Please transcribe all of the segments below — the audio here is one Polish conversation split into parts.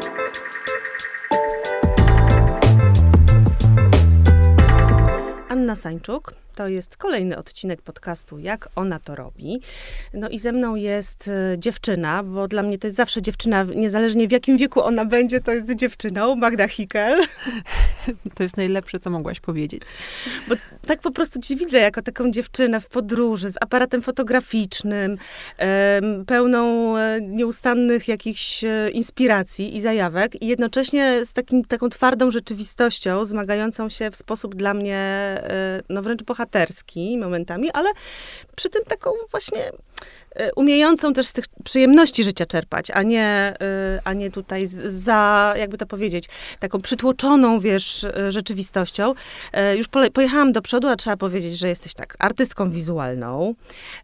Anna Sańczuk. To jest kolejny odcinek podcastu Jak ona to robi. No i ze mną jest dziewczyna, bo dla mnie to jest zawsze dziewczyna, niezależnie w jakim wieku ona będzie, to jest dziewczyną, Magda Hickel. To jest najlepsze, co mogłaś powiedzieć. Bo tak po prostu cię widzę jako taką dziewczynę w podróży, z aparatem fotograficznym, pełną nieustannych jakichś inspiracji i zajawek i jednocześnie z taką twardą rzeczywistością, zmagającą się w sposób dla mnie no wręcz bohaterski momentami, ale przy tym taką właśnie umiejącą też z tych przyjemności życia czerpać, a nie tutaj za, jakby to powiedzieć, taką przytłoczoną, wiesz, rzeczywistością. Już pojechałam do przodu, a trzeba powiedzieć, że jesteś tak artystką wizualną.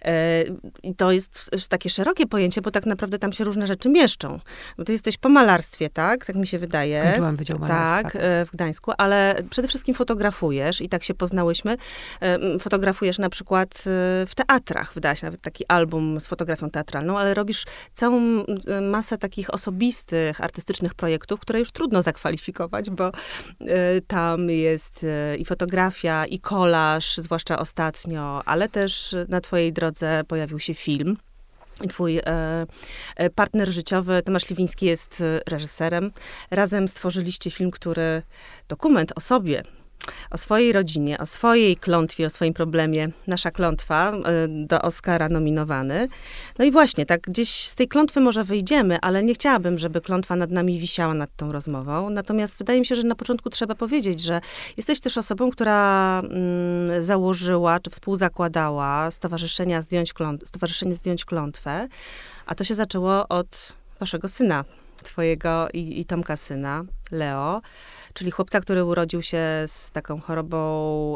I to jest takie szerokie pojęcie, bo tak naprawdę tam się różne rzeczy mieszczą. Bo ty jesteś po malarstwie, tak? Tak mi się wydaje. Skończyłam Wydział Malarstwa. Tak, w Gdańsku, ale przede wszystkim fotografujesz i tak się poznałyśmy. Fotografujesz na przykład w teatrach, wydałaś nawet taki album z fotografią teatralną, ale robisz całą masę takich osobistych, artystycznych projektów, które już trudno zakwalifikować, bo tam jest i fotografia, i kolaż, zwłaszcza ostatnio, ale też na twojej drodze pojawił się film. I twój partner życiowy, Tomasz Liwiński, jest reżyserem. Razem stworzyliście film, dokument o sobie, o swojej rodzinie, o swojej klątwie, o swoim problemie. Nasza klątwa, do Oscara nominowany. No i właśnie, tak gdzieś z tej klątwy może wyjdziemy, ale nie chciałabym, żeby klątwa nad nami wisiała nad tą rozmową. Natomiast wydaje mi się, że na początku trzeba powiedzieć, że jesteś też osobą, która założyła, czy współzakładała Stowarzyszenie Zdjąć Klątwę, a to się zaczęło od waszego syna, twojego i Tomka syna, Leo, czyli chłopca, który urodził się z taką chorobą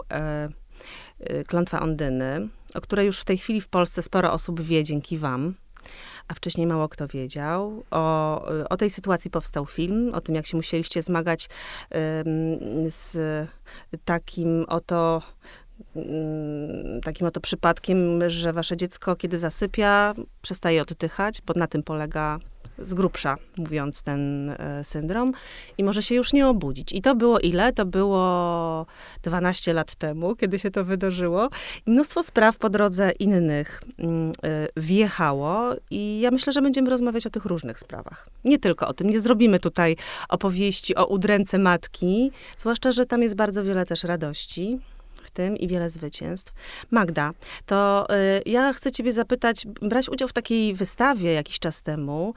klątwa Ondyny, o której już w tej chwili w Polsce sporo osób wie dzięki wam, a wcześniej mało kto wiedział. O tej sytuacji powstał film, o tym, jak się musieliście zmagać z takim oto przypadkiem, że wasze dziecko, kiedy zasypia, przestaje oddychać, bo na tym polega z grubsza, mówiąc, ten syndrom i może się już nie obudzić. I to było ile? To było 12 lat temu, kiedy się to wydarzyło. I mnóstwo spraw po drodze innych wjechało i ja myślę, że będziemy rozmawiać o tych różnych sprawach. Nie tylko o tym. Nie zrobimy tutaj opowieści o udręce matki, zwłaszcza, że tam jest bardzo wiele też radości w tym i wiele zwycięstw. Magda, to ja chcę ciebie zapytać, brać udział w takiej wystawie jakiś czas temu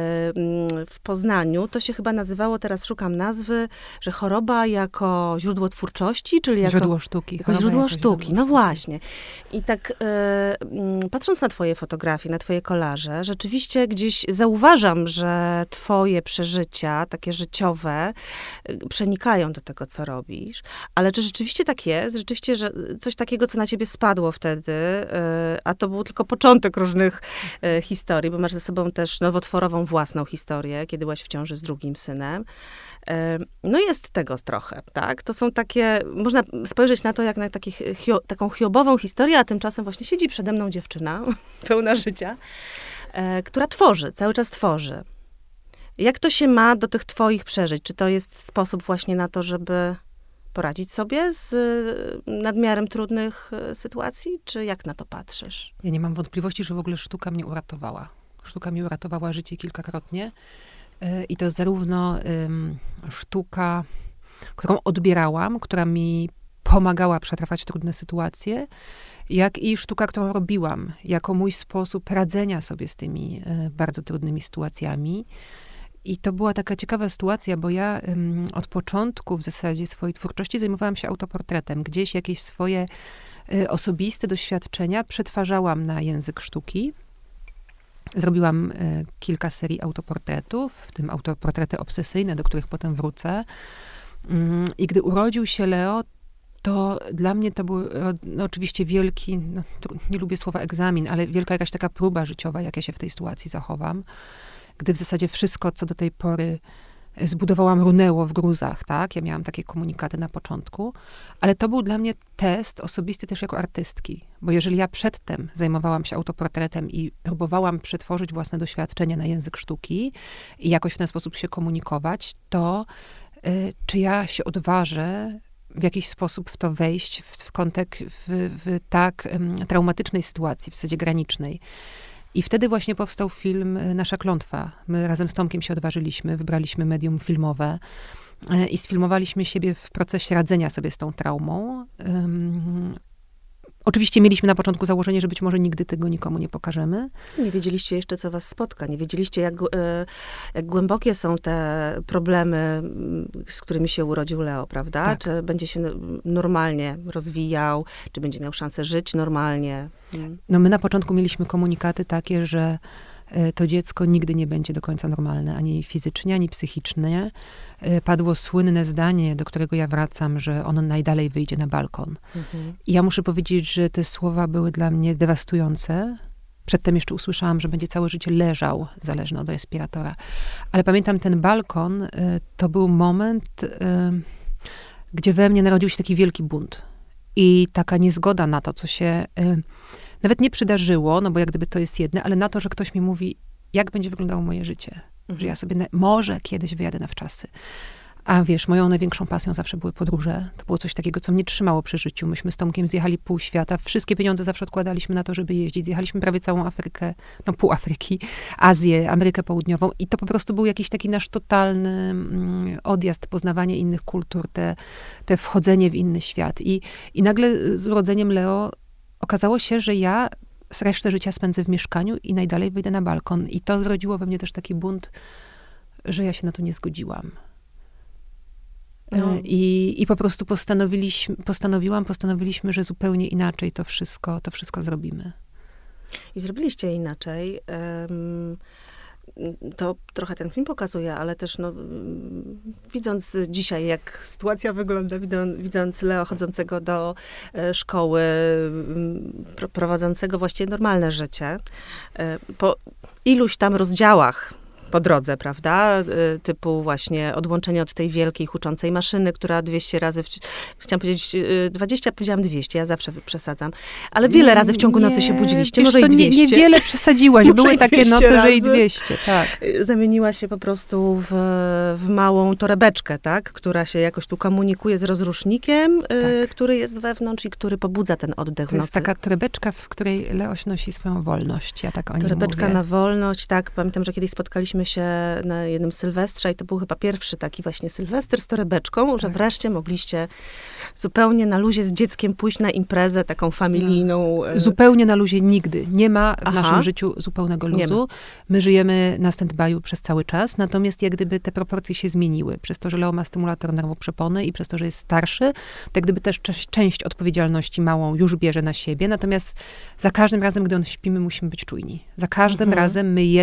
w Poznaniu. To się chyba nazywało, teraz szukam nazwy, że choroba jako źródło twórczości, czyli jako źródło sztuki. Jako źródło sztuki. No właśnie. I tak patrząc na twoje fotografie, na twoje kolaże, rzeczywiście gdzieś zauważam, że twoje przeżycia, takie życiowe, przenikają do tego, co robisz. Ale czy rzeczywiście tak jest? Rzeczywiście, że coś takiego, co na ciebie spadło wtedy, a to był tylko początek różnych historii, bo masz ze sobą też nowotworową własną historię, kiedy byłaś w ciąży z drugim synem. No jest tego trochę, tak? To są takie, można spojrzeć na to jak na taką hiobową historię, a tymczasem właśnie siedzi przede mną dziewczyna pełna życia, która tworzy, cały czas tworzy. Jak to się ma do tych twoich przeżyć? Czy to jest sposób właśnie na to, żeby poradzić sobie z nadmiarem trudnych sytuacji, czy jak na to patrzysz? Ja nie mam wątpliwości, że w ogóle sztuka mnie uratowała. Sztuka mi uratowała życie kilkakrotnie. I to zarówno sztuka, którą odbierałam, która mi pomagała przetrwać trudne sytuacje, jak i sztuka, którą robiłam, jako mój sposób radzenia sobie z tymi bardzo trudnymi sytuacjami. I to była taka ciekawa sytuacja, bo ja od początku w zasadzie swojej twórczości zajmowałam się autoportretem. Gdzieś jakieś swoje osobiste doświadczenia przetwarzałam na język sztuki. Zrobiłam kilka serii autoportretów, w tym autoportrety obsesyjne, do których potem wrócę. I gdy urodził się Leo, to dla mnie to był oczywiście wielki, nie lubię słowa egzamin, ale wielka jakaś taka próba życiowa, jak ja się w tej sytuacji zachowam. Gdy w zasadzie wszystko, co do tej pory zbudowałam runęło w gruzach, tak? Ja miałam takie komunikaty na początku, ale to był dla mnie test osobisty też jako artystki, bo jeżeli ja przedtem zajmowałam się autoportretem i próbowałam przetworzyć własne doświadczenia na język sztuki i jakoś w ten sposób się komunikować, to czy ja się odważę w jakiś sposób w to wejść w tak traumatycznej sytuacji, w zasadzie granicznej. I wtedy właśnie powstał film Nasza klątwa. My razem z Tomkiem się odważyliśmy, wybraliśmy medium filmowe i sfilmowaliśmy siebie w procesie radzenia sobie z tą traumą. Oczywiście mieliśmy na początku założenie, że być może nigdy tego nikomu nie pokażemy. Nie wiedzieliście jeszcze, co was spotka. Nie wiedzieliście, jak głębokie są te problemy, z którymi się urodził Leo, prawda? Tak. Czy będzie się normalnie rozwijał, czy będzie miał szansę żyć normalnie. No my na początku mieliśmy komunikaty takie, że to dziecko nigdy nie będzie do końca normalne, ani fizycznie, ani psychicznie. Padło słynne zdanie, do którego ja wracam, że on najdalej wyjdzie na balkon. I ja muszę powiedzieć, że te słowa były dla mnie dewastujące. Przedtem jeszcze usłyszałam, że będzie całe życie leżał, zależny od respiratora. Ale pamiętam ten balkon, to był moment, gdzie we mnie narodził się taki wielki bunt. I taka niezgoda na to, co się nawet nie przydarzyło, no bo jak gdyby to jest jedne, ale na to, że ktoś mi mówi, jak będzie wyglądało moje życie. Że ja sobie może kiedyś wyjadę na wczasy. A wiesz, moją największą pasją zawsze były podróże. To było coś takiego, co mnie trzymało przy życiu. Myśmy z Tomkiem zjechali pół świata. Wszystkie pieniądze zawsze odkładaliśmy na to, żeby jeździć. Zjechaliśmy prawie całą Afrykę, no pół Afryki, Azję, Amerykę Południową. I to po prostu był jakiś taki nasz totalny odjazd, poznawanie innych kultur, te wchodzenie w inny świat. I nagle z urodzeniem Leo okazało się, że ja resztę życia spędzę w mieszkaniu i najdalej wyjdę na balkon. I to zrodziło we mnie też taki bunt, że ja się na to nie zgodziłam. No. I po prostu postanowiliśmy, że zupełnie inaczej to wszystko zrobimy. I zrobiliście inaczej. To trochę ten film pokazuje, ale też widząc dzisiaj, jak sytuacja wygląda, widząc Leo chodzącego do szkoły, prowadzącego właściwie normalne życie, po iluś tam rozdziałach po drodze, prawda? Typu właśnie odłączenie od tej wielkiej, huczącej maszyny, która 200 razy, chciałam powiedzieć 20, powiedziałam 200, ja zawsze przesadzam, ale wiele razy w ciągu nocy się budziliście, może i 200. Niewiele przesadziłaś, były takie noce, że i 200, tak. Zamieniła się po prostu w małą torebeczkę, tak? Która się jakoś tu komunikuje z rozrusznikiem, tak. Który jest wewnątrz i który pobudza ten oddech w nocy. To jest taka torebeczka, w której Leoś nosi swoją wolność, ja tak o nim torebeczka mówię. Na wolność, tak. Pamiętam, że kiedyś spotkaliśmy się na jednym Sylwestrze i to był chyba pierwszy taki właśnie Sylwester z torebeczką, że wreszcie mogliście zupełnie na luzie z dzieckiem pójść na imprezę taką familijną. Zupełnie na luzie nigdy. Nie ma w naszym życiu zupełnego luzu. My żyjemy na stand-by'u przez cały czas, natomiast jak gdyby te proporcje się zmieniły. Przez to, że Leo ma stymulator nerwu przepony i przez to, że jest starszy, to jak gdyby też część odpowiedzialności małą już bierze na siebie, natomiast za każdym razem, gdy on śpi, my musimy być czujni. Za każdym razem my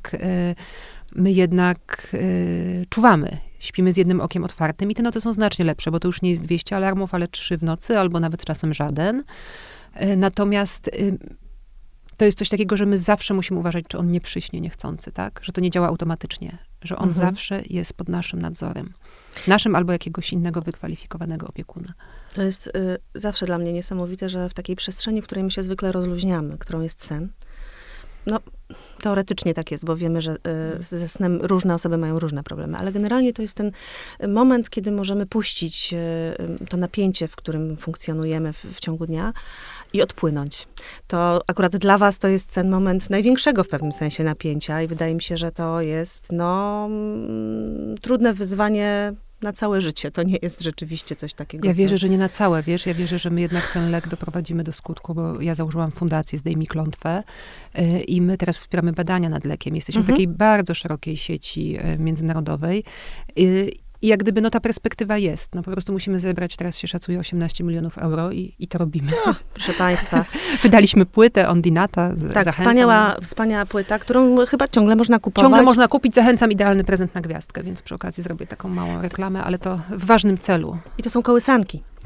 jednak czuwamy. Śpimy z jednym okiem otwartym i te noce są znacznie lepsze, bo to już nie jest 200 alarmów, ale 3 w nocy, albo nawet czasem żaden. Natomiast to jest coś takiego, że my zawsze musimy uważać, czy on nie przyśnie niechcący, tak? Że to nie działa automatycznie. Że on zawsze jest pod naszym nadzorem. Naszym albo jakiegoś innego wykwalifikowanego opiekuna. To jest zawsze dla mnie niesamowite, że w takiej przestrzeni, w której my się zwykle rozluźniamy, którą jest sen, teoretycznie tak jest, bo wiemy, że ze snem różne osoby mają różne problemy, ale generalnie to jest ten moment, kiedy możemy puścić to napięcie, w którym funkcjonujemy w ciągu dnia i odpłynąć. To akurat dla was to jest ten moment największego w pewnym sensie napięcia i wydaje mi się, że to jest trudne wyzwanie na całe życie. To nie jest rzeczywiście coś takiego. Ja wierzę, że nie na całe, wiesz. Ja wierzę, że my jednak ten lek doprowadzimy do skutku, bo ja założyłam fundację Zdejmij klątwę i my teraz wspieramy badania nad lekiem. Jesteśmy w takiej bardzo szerokiej sieci międzynarodowej. I jak gdyby, ta perspektywa jest. Po prostu musimy zebrać, teraz się szacuje 18 milionów euro i to robimy. Proszę państwa. Wydaliśmy płytę Ondinata. Tak, wspaniała płyta, którą chyba ciągle można kupować. Ciągle można kupić. Zachęcam, idealny prezent na gwiazdkę, więc przy okazji zrobię taką małą reklamę, ale to w ważnym celu. I to są kołysanki.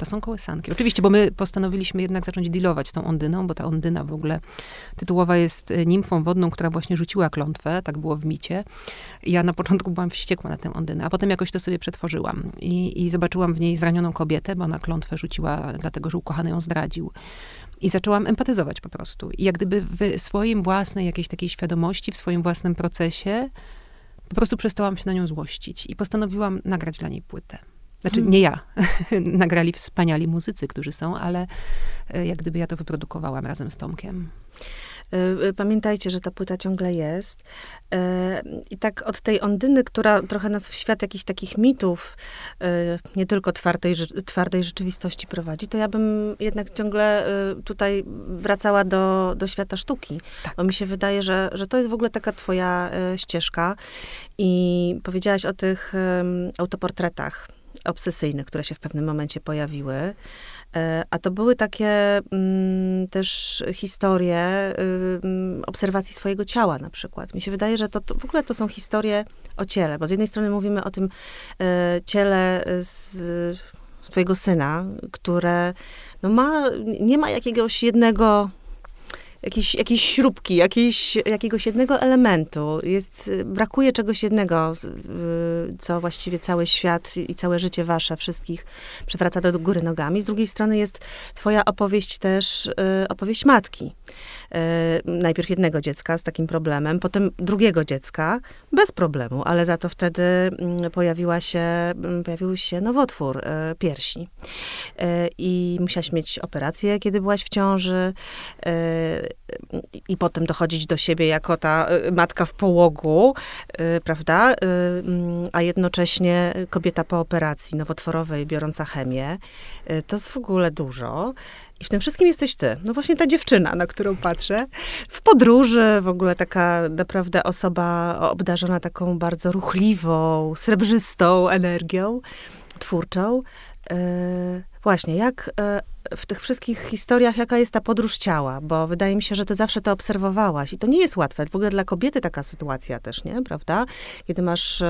To są kołysanki. Oczywiście, bo my postanowiliśmy jednak zacząć dealować z tą Ondyną, bo ta Ondyna w ogóle tytułowa jest nimfą wodną, która właśnie rzuciła klątwę, tak było w micie. I ja na początku byłam wściekła na tę Ondynę, a potem jakoś to sobie przetworzyłam. I zobaczyłam w niej zranioną kobietę, bo ona klątwę rzuciła dlatego, że ukochany ją zdradził. I zaczęłam empatyzować po prostu. I jak gdyby w swoim własnej jakiejś takiej świadomości, w swoim własnym procesie po prostu przestałam się na nią złościć. I postanowiłam nagrać dla niej płytę. Znaczy, nie ja. Nagrali wspaniali muzycy, którzy są, ale jak gdyby ja to wyprodukowałam razem z Tomkiem. Pamiętajcie, że ta płyta ciągle jest. I tak od tej Ondyny, która trochę nas w świat jakichś takich mitów, nie tylko twardej rzeczywistości prowadzi, to ja bym jednak ciągle tutaj wracała do świata sztuki. Tak. Bo mi się wydaje, że to jest w ogóle taka twoja ścieżka. I powiedziałaś o tych autoportretach obsesyjnych, które się w pewnym momencie pojawiły. A to były takie też historie obserwacji swojego ciała na przykład. Mi się wydaje, że to w ogóle to są historie o ciele, bo z jednej strony mówimy o tym ciele z twojego syna, które nie ma jakiegoś jednego jakiejś śrubki, jakiegoś jednego elementu. Brakuje czegoś jednego, co właściwie cały świat i całe życie wasze, wszystkich, przewraca do góry nogami. Z drugiej strony jest twoja opowieść też, opowieść matki. Najpierw jednego dziecka z takim problemem, potem drugiego dziecka bez problemu, ale za to wtedy pojawił się nowotwór piersi. I musiałaś mieć operację, kiedy byłaś w ciąży. I potem dochodzić do siebie jako ta matka w połogu, prawda? A jednocześnie kobieta po operacji nowotworowej, biorąca chemię. To jest w ogóle dużo. I w tym wszystkim jesteś ty. No właśnie ta dziewczyna, na którą patrzę. W podróży, w ogóle taka naprawdę osoba obdarzona taką bardzo ruchliwą, srebrzystą energią twórczą. Właśnie, jak w tych wszystkich historiach, jaka jest ta podróż ciała? Bo wydaje mi się, że ty zawsze to obserwowałaś i to nie jest łatwe. W ogóle dla kobiety taka sytuacja też, nie? Prawda? Kiedy masz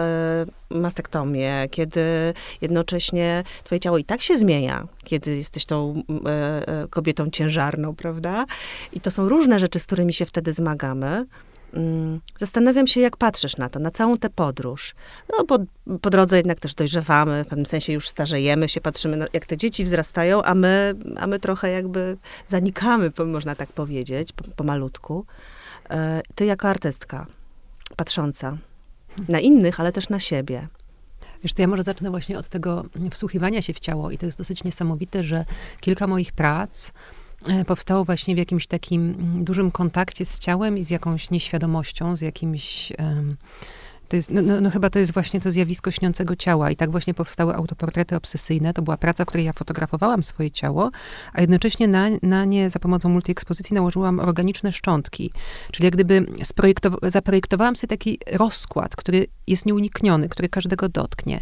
mastektomię, kiedy jednocześnie twoje ciało i tak się zmienia, kiedy jesteś tą kobietą ciężarną, prawda? I to są różne rzeczy, z którymi się wtedy zmagamy. Zastanawiam się, jak patrzysz na całą tę podróż. No, po drodze jednak też dojrzewamy, w pewnym sensie już starzejemy się, patrzymy, jak te dzieci wzrastają, a my trochę jakby zanikamy, można tak powiedzieć, pomalutku. Ty jako artystka, patrząca na innych, ale też na siebie. Wiesz co, ja może zacznę właśnie od tego wsłuchiwania się w ciało i to jest dosyć niesamowite, że kilka moich prac powstało właśnie w jakimś takim dużym kontakcie z ciałem i z jakąś nieświadomością, z jakimś... To jest, chyba to jest właśnie to zjawisko śniącego ciała. I tak właśnie powstały autoportrety obsesyjne. To była praca, w której ja fotografowałam swoje ciało, a jednocześnie na nie za pomocą multiekspozycji nałożyłam organiczne szczątki. Czyli jak gdyby zaprojektowałam sobie taki rozkład, który jest nieunikniony, który każdego dotknie.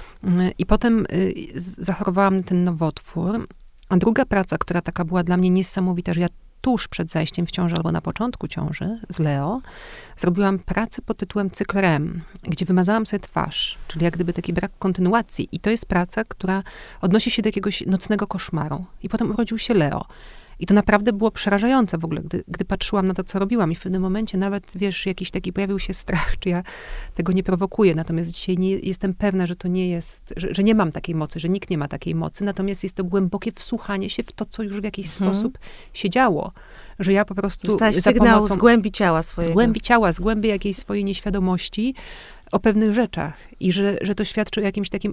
I potem zachorowałam na ten nowotwór. A druga praca, która taka była dla mnie niesamowita, że ja tuż przed zajściem w ciążę albo na początku ciąży z Leo zrobiłam pracę pod tytułem Cykl REM, gdzie wymazałam sobie twarz, czyli jak gdyby taki brak kontynuacji. I to jest praca, która odnosi się do jakiegoś nocnego koszmaru. I potem urodził się Leo. I to naprawdę było przerażające w ogóle, gdy patrzyłam na to, co robiłam. I w pewnym momencie nawet, wiesz, jakiś taki pojawił się strach, czy ja tego nie prowokuję. Natomiast dzisiaj nie jestem pewna, że to nie jest, że nie mam takiej mocy, że nikt nie ma takiej mocy. Natomiast jest to głębokie wsłuchanie się w to, co już w jakiś sposób się działo. Że ja po prostu... Dostałaś sygnał z głębi ciała swojego. Z głębi ciała, z głębi jakiejś swojej nieświadomości o pewnych rzeczach. I że to świadczy o jakimś takim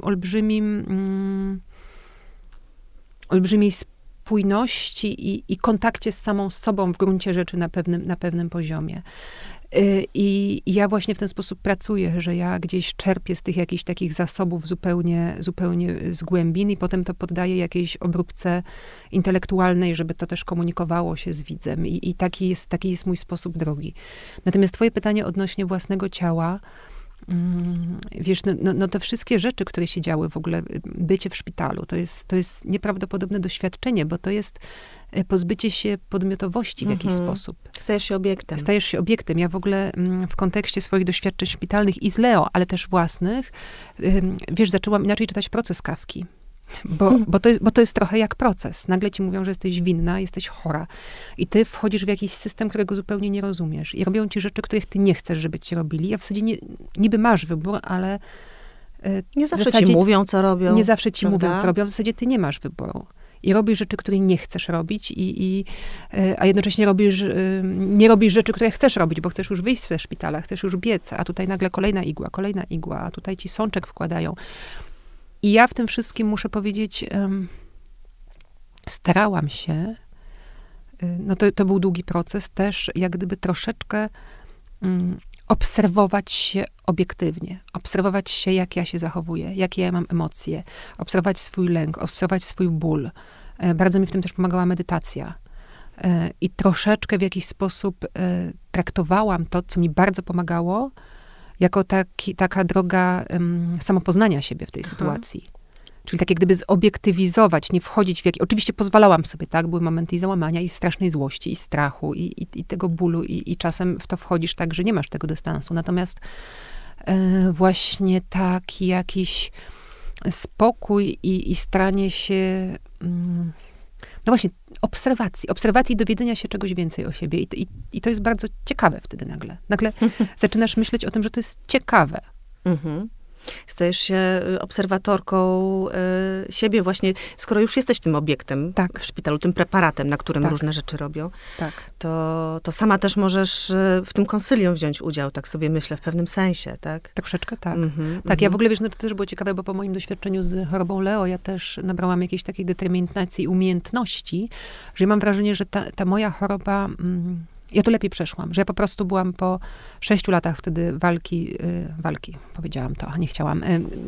olbrzymiej spójności i kontakcie z samą sobą w gruncie rzeczy na pewnym poziomie. I ja właśnie w ten sposób pracuję, że ja gdzieś czerpię z tych jakichś takich zasobów zupełnie z głębin i potem to poddaję jakiejś obróbce intelektualnej, żeby to też komunikowało się z widzem. I taki jest mój sposób drogi. Natomiast twoje pytanie odnośnie własnego ciała, wiesz, te wszystkie rzeczy, które się działy, w ogóle bycie w szpitalu, to jest nieprawdopodobne doświadczenie, bo to jest pozbycie się podmiotowości w jakiś sposób. Stajesz się obiektem. Stajesz się obiektem. Ja w ogóle w kontekście swoich doświadczeń szpitalnych i z Leo, ale też własnych, wiesz, zaczęłam inaczej czytać Proces Kafki. Bo to jest trochę jak proces. Nagle ci mówią, że jesteś winna, jesteś chora. I ty wchodzisz w jakiś system, którego zupełnie nie rozumiesz. I robią ci rzeczy, których ty nie chcesz, żeby ci robili. A w zasadzie niby masz wybór, ale nie zawsze ci mówią, co robią. Nie zawsze ci mówią, co robią. W zasadzie ty nie masz wyboru. I robisz rzeczy, których nie chcesz robić, a jednocześnie nie robisz rzeczy, które chcesz robić, bo chcesz już wyjść ze szpitala, chcesz już biec, a tutaj nagle kolejna igła, a tutaj ci sączek wkładają. I ja w tym wszystkim muszę powiedzieć, starałam się, no to był długi proces też, jak gdyby troszeczkę obserwować się obiektywnie, obserwować się, jak ja się zachowuję, jakie ja mam emocje, obserwować swój lęk, obserwować swój ból. Bardzo mi w tym też pomagała medytacja. I troszeczkę w jakiś sposób traktowałam to, co mi bardzo pomagało, jako taka droga samopoznania siebie w tej sytuacji. Czyli tak jak gdyby zobiektywizować, nie wchodzić w Oczywiście pozwalałam sobie, tak? Były momenty i załamania, i strasznej złości, i strachu, i tego bólu, i czasem w to wchodzisz tak, że nie masz tego dystansu. Natomiast właśnie taki jakiś spokój i staranie się... No właśnie, obserwacji dowiedzenia się czegoś więcej o siebie. I to jest bardzo ciekawe wtedy nagle. Nagle zaczynasz myśleć o tym, że to jest ciekawe. Stajesz się obserwatorką siebie właśnie, skoro już jesteś tym obiektem w szpitalu, tym preparatem, na którym różne rzeczy robią, to sama też możesz w tym konsylium wziąć udział, tak sobie myślę, w pewnym sensie, tak? Troszeczkę tak. Tak, ja w ogóle, wiesz, no to też było ciekawe, bo po moim doświadczeniu z chorobą Leo, ja też nabrałam jakiejś takiej determinacji i umiejętności, że ja mam wrażenie, że ta moja choroba... Ja to lepiej przeszłam, że ja po prostu byłam po 6 latach wtedy walki, powiedziałam to, nie chciałam,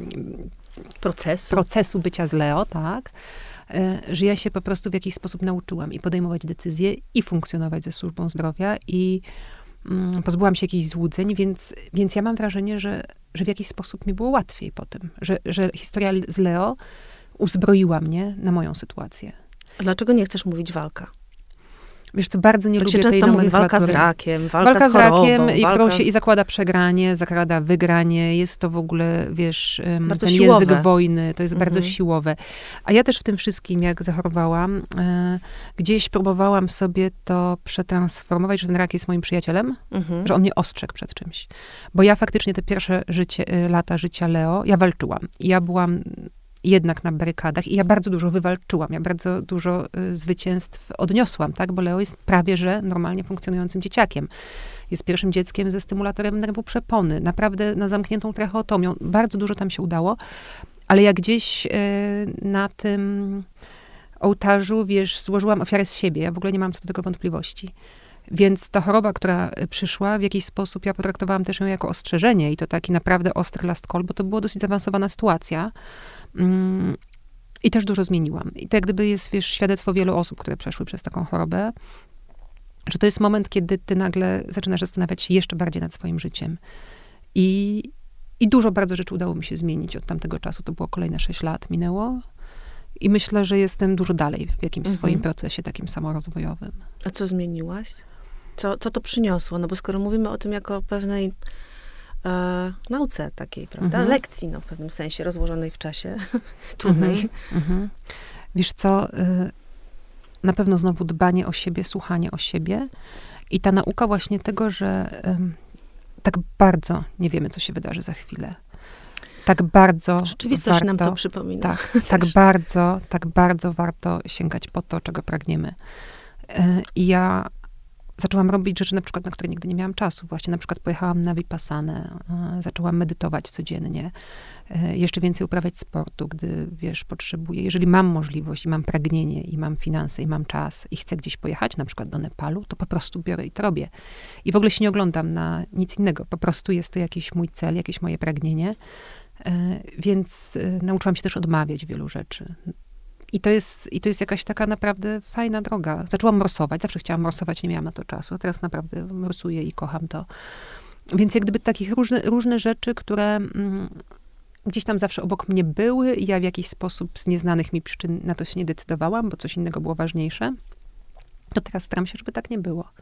procesu bycia z Leo, tak, że ja się po prostu w jakiś sposób nauczyłam i podejmować decyzje, i funkcjonować ze służbą zdrowia, i pozbyłam się jakichś złudzeń, więc ja mam wrażenie, że w jakiś sposób mi było łatwiej po tym, że historia z Leo uzbroiła mnie na moją sytuację. A dlaczego nie chcesz mówić walka? Wiesz co, bardzo nie lubię tej nomenklatury. Często mówi walka z rakiem, walka z chorobą. I którą się zakłada przegranie, zakłada wygranie. Jest to w ogóle, wiesz, bardzo ten siłowe. Język wojny. To jest bardzo siłowe. A ja też w tym wszystkim, jak zachorowałam, gdzieś próbowałam sobie to przetransformować, że ten rak jest moim przyjacielem, że on mnie ostrzegł przed czymś. Bo ja faktycznie te pierwsze lata życia Leo, ja walczyłam. Ja byłam jednak na barykadach i ja bardzo dużo wywalczyłam, ja bardzo dużo zwycięstw odniosłam, tak, bo Leo jest prawie, że normalnie funkcjonującym dzieciakiem. Jest pierwszym dzieckiem ze stymulatorem nerwu przepony, naprawdę na zamkniętą tracheotomią. Bardzo dużo tam się udało, ale ja gdzieś na tym ołtarzu, wiesz, złożyłam ofiarę z siebie. Ja w ogóle nie mam co do tego wątpliwości. Więc ta choroba, która przyszła, w jakiś sposób ja potraktowałam też ją jako ostrzeżenie i to taki naprawdę ostry last call, bo to była dosyć zaawansowana sytuacja. I też dużo zmieniłam. I to jak gdyby jest, wiesz, świadectwo wielu osób, które przeszły przez taką chorobę, że to jest moment, kiedy ty nagle zaczynasz zastanawiać się jeszcze bardziej nad swoim życiem. I dużo bardzo rzeczy udało mi się zmienić od tamtego czasu. To było kolejne 6 lat minęło. I myślę, że jestem dużo dalej w jakimś swoim procesie takim samorozwojowym. A co zmieniłaś? Co to przyniosło? No bo skoro mówimy o tym jako o pewnej nauce takiej, prawda? Lekcji, no w pewnym sensie, rozłożonej w czasie, trudnej. Wiesz co, na pewno znowu dbanie o siebie, słuchanie o siebie i ta nauka właśnie tego, że tak bardzo nie wiemy, co się wydarzy za chwilę. Tak bardzo rzeczywistość nam to przypomina. Tak bardzo warto sięgać po to, czego pragniemy. I ja zaczęłam robić rzeczy, na przykład, na które nigdy nie miałam czasu. Właśnie na przykład pojechałam na Vipassanę, zaczęłam medytować codziennie, jeszcze więcej uprawiać sportu, gdy, wiesz, potrzebuję. Jeżeli mam możliwość i mam pragnienie i mam finanse i mam czas i chcę gdzieś pojechać, na przykład do Nepalu, to po prostu biorę i to robię. I w ogóle się nie oglądam na nic innego. Po prostu jest to jakiś mój cel, jakieś moje pragnienie. Więc nauczyłam się też odmawiać wielu rzeczy. I to jest jakaś taka naprawdę fajna droga. Zaczęłam morsować. Zawsze chciałam morsować, nie miałam na to czasu. A teraz naprawdę morsuję i kocham to. Więc jak gdyby takich różne rzeczy, które gdzieś tam zawsze obok mnie były i ja w jakiś sposób z nieznanych mi przyczyn na to się nie decydowałam, bo coś innego było ważniejsze, to teraz staram się, żeby tak nie było.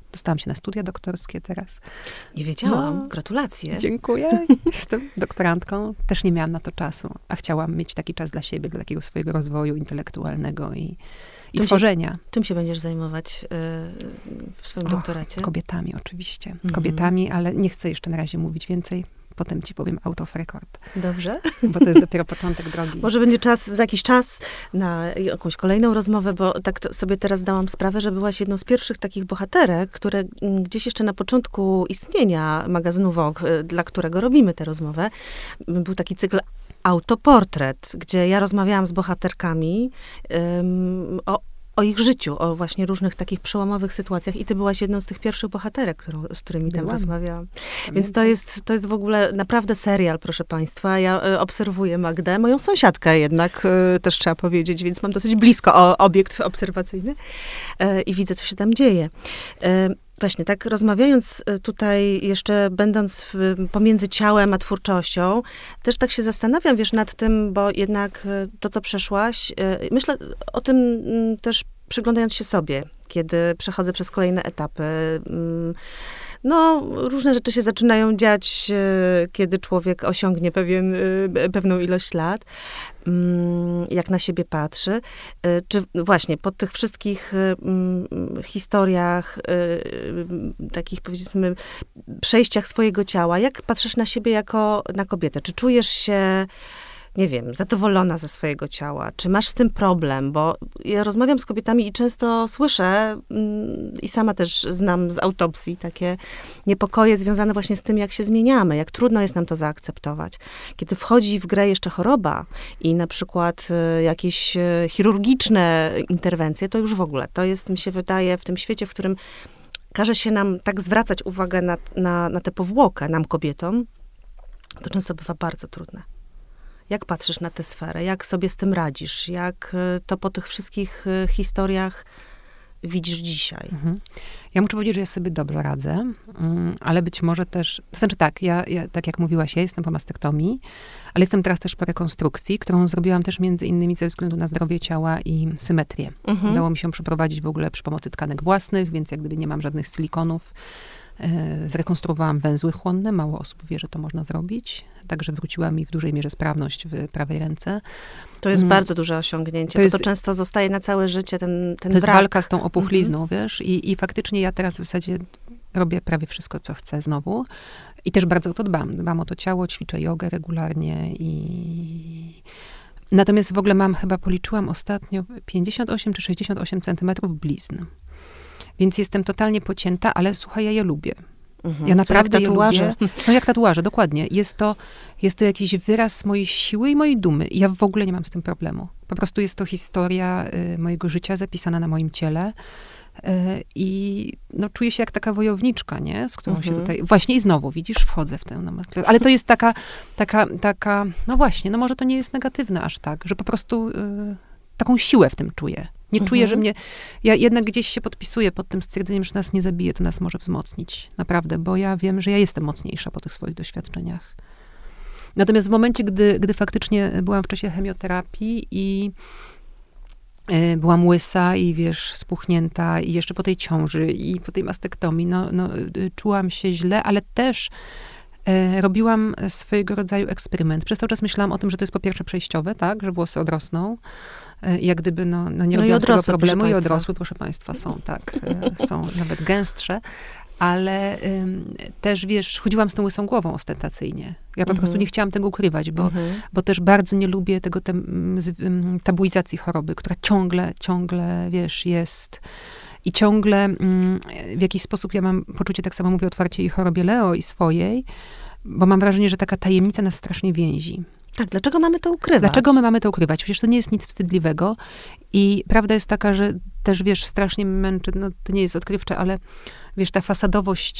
Dostałam się na studia doktorskie teraz. Nie wiedziałam. Gratulacje. Dziękuję. Jestem doktorantką. Też nie miałam na to czasu, a chciałam mieć taki czas dla siebie, dla takiego swojego rozwoju intelektualnego i tworzenia. Czym się będziesz zajmować w swoim doktoracie? Kobietami oczywiście. Kobietami, ale nie chcę jeszcze na razie mówić więcej. Potem ci powiem out of record. Dobrze. Bo to jest dopiero początek drogi. Może będzie za jakiś czas na jakąś kolejną rozmowę, bo tak sobie teraz dałam sprawę, że byłaś jedną z pierwszych takich bohaterek, które gdzieś jeszcze na początku istnienia magazynu Vogue, dla którego robimy tę rozmowę, był taki cykl Autoportret, gdzie ja rozmawiałam z bohaterkami o ich życiu, o właśnie różnych takich przełomowych sytuacjach i ty byłaś jedną z tych pierwszych bohaterek, z którymi tam rozmawiałam. Więc to jest w ogóle naprawdę serial, proszę państwa. Ja obserwuję Magdę, moją sąsiadkę jednak, też trzeba powiedzieć, więc mam dosyć blisko obiekt obserwacyjny i widzę, co się tam dzieje. Właśnie, tak rozmawiając tutaj, jeszcze będąc pomiędzy ciałem a twórczością, też tak się zastanawiam, wiesz, nad tym, bo jednak to, co przeszłaś, myślę o tym też przyglądając się sobie, kiedy przechodzę przez kolejne etapy. No, różne rzeczy się zaczynają dziać, kiedy człowiek osiągnie pewną ilość lat, jak na siebie patrzy. Czy właśnie po tych wszystkich historiach, takich powiedzmy przejściach swojego ciała, jak patrzysz na siebie jako na kobietę? Czy czujesz się, nie wiem, zadowolona ze swojego ciała? Czy masz z tym problem? Bo ja rozmawiam z kobietami i często słyszę, i sama też znam z autopsji, takie niepokoje związane właśnie z tym, jak się zmieniamy, jak trudno jest nam to zaakceptować. Kiedy wchodzi w grę jeszcze choroba i na przykład jakieś chirurgiczne interwencje, to już w ogóle, to jest, mi się wydaje, w tym świecie, w którym każe się nam tak zwracać uwagę na tę powłokę, nam kobietom, to często bywa bardzo trudne. Jak patrzysz na tę sferę? Jak sobie z tym radzisz? Jak to po tych wszystkich historiach widzisz dzisiaj? Ja muszę powiedzieć, że ja sobie dobrze radzę, ale być może też... To znaczy tak, ja tak jak mówiłaś, ja jestem po mastektomii, ale jestem teraz też po rekonstrukcji, którą zrobiłam też między innymi ze względu na zdrowie ciała i symetrię. Udało mi się przeprowadzić w ogóle przy pomocy tkanek własnych, więc jak gdyby nie mam żadnych silikonów. Zrekonstruowałam węzły chłonne, mało osób wie, że to można zrobić. Także wróciła mi w dużej mierze sprawność w prawej ręce. To jest bardzo duże osiągnięcie, bo to często zostaje na całe życie ten brak. To jest walka z tą opuchlizną, wiesz? I faktycznie ja teraz w zasadzie robię prawie wszystko, co chcę znowu. I też bardzo o to dbam. Dbam o to ciało, ćwiczę jogę regularnie i... Natomiast w ogóle mam, chyba policzyłam ostatnio, 58 czy 68 centymetrów blizn. Więc jestem totalnie pocięta, ale słuchaj, ja je lubię. Ja naprawdę je lubię. Są jak tatuaże, dokładnie. Jest to jakiś wyraz mojej siły i mojej dumy. Ja w ogóle nie mam z tym problemu. Po prostu jest to historia mojego życia zapisana na moim ciele. I no, czuję się jak taka wojowniczka, nie? Z którą się tutaj... Właśnie i znowu, widzisz, wchodzę w tę nomenklaturę. Ale to jest taka... No właśnie, no może to nie jest negatywne aż tak, że po prostu taką siłę w tym czuję. Nie czuję, że mnie... Ja jednak gdzieś się podpisuję pod tym stwierdzeniem, że nas nie zabije, to nas może wzmocnić. Naprawdę, bo ja wiem, że ja jestem mocniejsza po tych swoich doświadczeniach. Natomiast w momencie, gdy faktycznie byłam w czasie chemioterapii i byłam łysa i wiesz, spuchnięta i jeszcze po tej ciąży i po tej mastektomii, czułam się źle, ale też robiłam swojego rodzaju eksperyment. Przez cały czas myślałam o tym, że to jest po pierwsze przejściowe, tak, że włosy odrosną. Jak gdyby, nie robiłam tego problemu i odrosły, proszę państwa, są tak, są nawet gęstsze, ale też, wiesz, chodziłam z tą łysą głową ostentacyjnie. Ja po prostu nie chciałam tego ukrywać, bo też bardzo nie lubię tego tabuizacji choroby, która ciągle, wiesz, jest i ciągle w jakiś sposób ja mam poczucie, tak samo mówię otwarcie i chorobie Leo i swojej, bo mam wrażenie, że taka tajemnica nas strasznie więzi. Tak, dlaczego mamy to ukrywać? Dlaczego my mamy to ukrywać? Przecież to nie jest nic wstydliwego. I prawda jest taka, że też, wiesz, strasznie mnie męczy, no to nie jest odkrywcze, ale wiesz, ta fasadowość,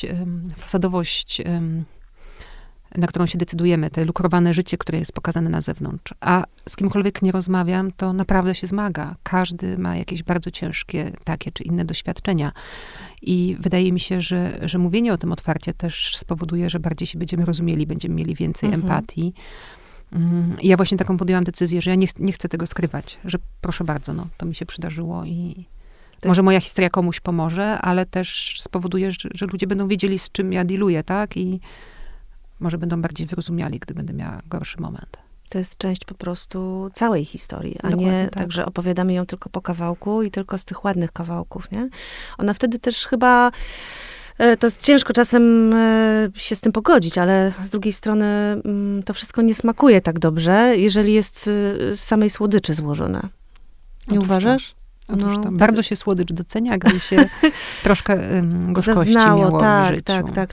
na którą się decydujemy, te lukrowane życie, które jest pokazane na zewnątrz. A z kimkolwiek nie rozmawiam, to naprawdę się zmaga. Każdy ma jakieś bardzo ciężkie takie czy inne doświadczenia. I wydaje mi się, że mówienie o tym otwarcie też spowoduje, że bardziej się będziemy rozumieli, będziemy mieli więcej empatii. Ja właśnie taką podjęłam decyzję, że ja nie chcę tego skrywać, że proszę bardzo, to mi się przydarzyło i Może moja historia komuś pomoże, ale też spowoduje, że ludzie będą wiedzieli, z czym ja dealuję, tak? I może będą bardziej wyrozumiali, gdy będę miała gorszy moment. To jest część po prostu całej historii, a Dokładnie nie tak, że opowiadamy ją tylko po kawałku i tylko z tych ładnych kawałków, nie? Ona wtedy też chyba, to jest ciężko czasem się z tym pogodzić, ale z drugiej strony to wszystko nie smakuje tak dobrze, jeżeli jest z samej słodyczy złożone. Nie uważasz? Otóż to. Bardzo się słodycz docenia, gdy się troszkę gorzkości miało w życiu. Tak,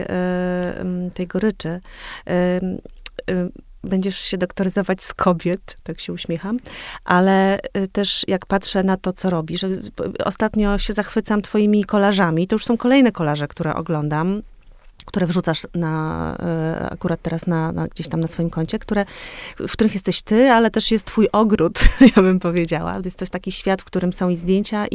tej goryczy. Będziesz się doktoryzować z kobiet, tak się uśmiecham, ale też jak patrzę na to, co robisz, ostatnio się zachwycam twoimi kolażami, to już są kolejne kolaże, które oglądam, które wrzucasz akurat teraz gdzieś tam na swoim koncie, w których jesteś ty, ale też jest twój ogród, ja bym powiedziała. Jest to taki świat, w którym są i zdjęcia,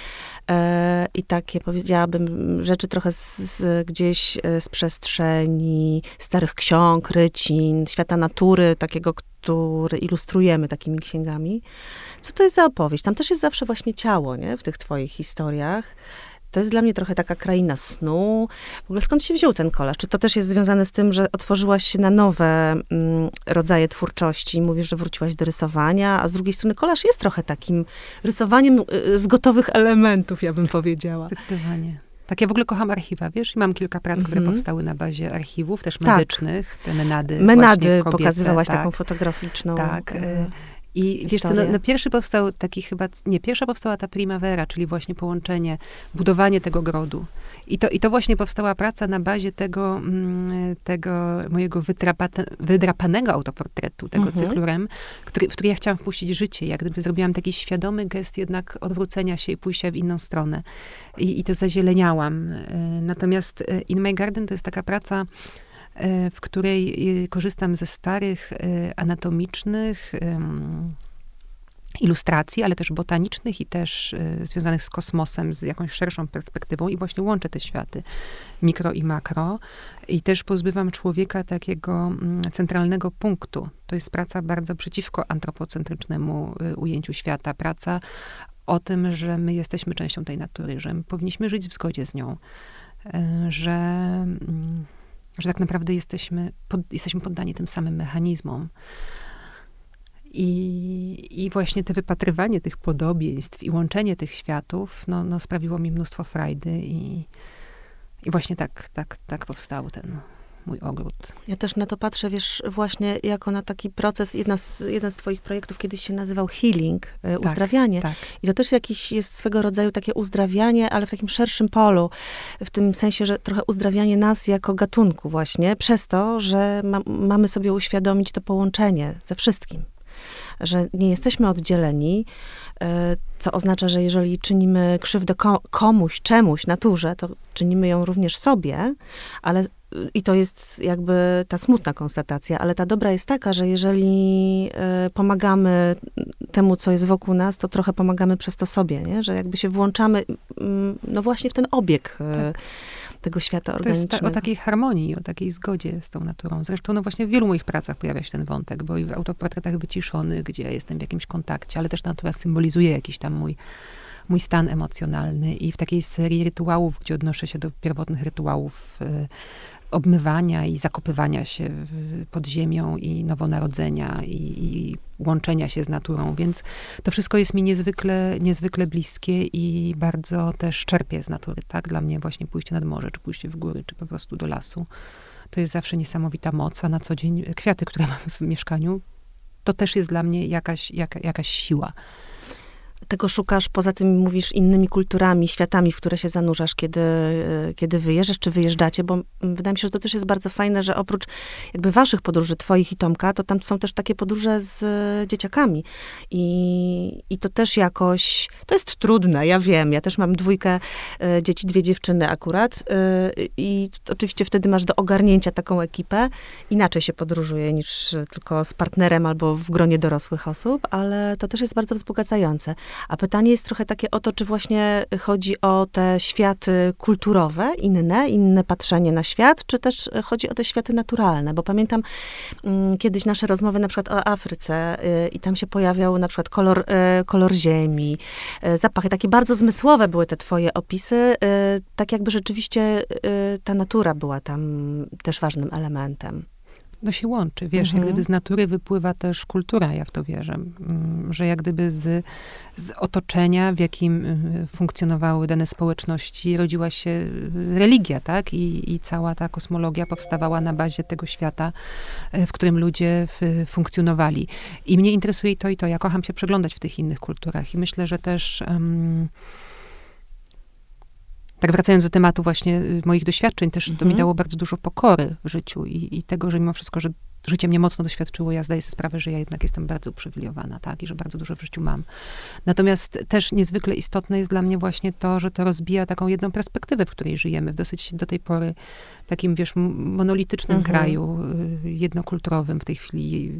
i takie, powiedziałabym, rzeczy trochę gdzieś z przestrzeni starych ksiąg, rycin, świata natury, takiego, który ilustrujemy takimi księgami. Co to jest za opowieść? Tam też jest zawsze właśnie ciało, nie? W tych twoich historiach. To jest dla mnie trochę taka kraina snu. W ogóle skąd się wziął ten kolaż? Czy to też jest związane z tym, że otworzyłaś się na nowe rodzaje twórczości? Mówisz, że wróciłaś do rysowania, a z drugiej strony kolaż jest trochę takim rysowaniem z gotowych elementów, ja bym powiedziała. Zdecydowanie. Tak, ja w ogóle kocham archiwa, wiesz? I mam kilka prac, które powstały na bazie archiwów, też medycznych, te menady. Menady kobiece, pokazywałaś tak, taką fotograficzną. Tak. I wiesz co, pierwszy powstał taki chyba, pierwsza powstała ta Primavera, czyli właśnie połączenie, budowanie tego grodu. I to właśnie powstała praca na bazie tego mojego wydrapanego autoportretu, tego cyklu REM, w który ja chciałam wpuścić życie. Jak gdyby zrobiłam taki świadomy gest jednak odwrócenia się i pójścia w inną stronę. I to zazieleniałam. Natomiast In My Garden to jest taka praca, w której korzystam ze starych, anatomicznych ilustracji, ale też botanicznych i też związanych z kosmosem, z jakąś szerszą perspektywą i właśnie łączę te światy, mikro i makro. I też pozbywam człowieka takiego centralnego punktu. To jest praca bardzo przeciwko antropocentrycznemu ujęciu świata. Praca o tym, że my jesteśmy częścią tej natury, że my powinniśmy żyć w zgodzie z nią, że tak naprawdę jesteśmy poddani tym samym mechanizmom. I właśnie te wypatrywanie tych podobieństw i łączenie tych światów, sprawiło mi mnóstwo frajdy i właśnie tak powstał ten mój ogród. Ja też na to patrzę, wiesz, właśnie jako na taki proces, jeden z twoich projektów kiedyś się nazywał healing, uzdrawianie. Tak. I to też jest swego rodzaju takie uzdrawianie, ale w takim szerszym polu. W tym sensie, że trochę uzdrawianie nas jako gatunku właśnie, przez to, że mamy sobie uświadomić to połączenie ze wszystkim. Że nie jesteśmy oddzieleni, co oznacza, że jeżeli czynimy krzywdę komuś, czemuś, naturze, to czynimy ją również sobie, i to jest jakby ta smutna konstatacja, ale ta dobra jest taka, że jeżeli pomagamy temu, co jest wokół nas, to trochę pomagamy przez to sobie, nie? Że jakby się włączamy, właśnie w ten obieg tego świata organicznego. To jest o takiej harmonii, o takiej zgodzie z tą naturą. Zresztą właśnie w wielu moich pracach pojawia się ten wątek, bo i w autoportretach wyciszonych, gdzie ja jestem w jakimś kontakcie, ale też natura symbolizuje jakiś tam mój stan emocjonalny i w takiej serii rytuałów, gdzie odnoszę się do pierwotnych rytuałów obmywania i zakopywania się pod ziemią i nowonarodzenia i łączenia się z naturą, więc to wszystko jest mi niezwykle bliskie i bardzo też czerpię z natury, tak? Dla mnie właśnie pójście nad morze, czy pójście w góry, czy po prostu do lasu, to jest zawsze niesamowita moc, a na co dzień kwiaty, które mam w mieszkaniu, to też jest dla mnie jakaś siła. Tego szukasz, poza tym mówisz innymi kulturami, światami, w które się zanurzasz, kiedy wyjeżdżasz, czy wyjeżdżacie, bo wydaje mi się, że to też jest bardzo fajne, że oprócz jakby waszych podróży, twoich i Tomka, to tam są też takie podróże z dzieciakami. I to też jakoś, to jest trudne, ja wiem, ja też mam 2 dzieci, 2 dziewczyny akurat i oczywiście wtedy masz do ogarnięcia taką ekipę. Inaczej się podróżuje niż tylko z partnerem albo w gronie dorosłych osób, ale to też jest bardzo wzbogacające. A pytanie jest trochę takie o to, czy właśnie chodzi o te światy kulturowe, inne patrzenie na świat, czy też chodzi o te światy naturalne, bo pamiętam kiedyś nasze rozmowy na przykład o Afryce i tam się pojawiał na przykład kolor ziemi, zapachy, takie bardzo zmysłowe były te twoje opisy, tak jakby rzeczywiście ta natura była tam też ważnym elementem. No się łączy, wiesz, jak gdyby z natury wypływa też kultura, ja w to wierzę, że jak gdyby z otoczenia, w jakim funkcjonowały dane społeczności, rodziła się religia, tak? I cała ta kosmologia powstawała na bazie tego świata, w którym ludzie funkcjonowali. I mnie interesuje to i to. Ja kocham się przeglądać w tych innych kulturach i myślę, że też tak wracając do tematu właśnie moich doświadczeń, też to mi dało bardzo dużo pokory w życiu i tego, że mimo wszystko, że życie mnie mocno doświadczyło, ja zdaję sobie sprawę, że ja jednak jestem bardzo uprzywilejowana, tak, i że bardzo dużo w życiu mam. Natomiast też niezwykle istotne jest dla mnie właśnie to, że to rozbija taką jedną perspektywę, w której żyjemy, w dosyć do tej pory takim, wiesz, monolitycznym kraju, jednokulturowym w tej chwili.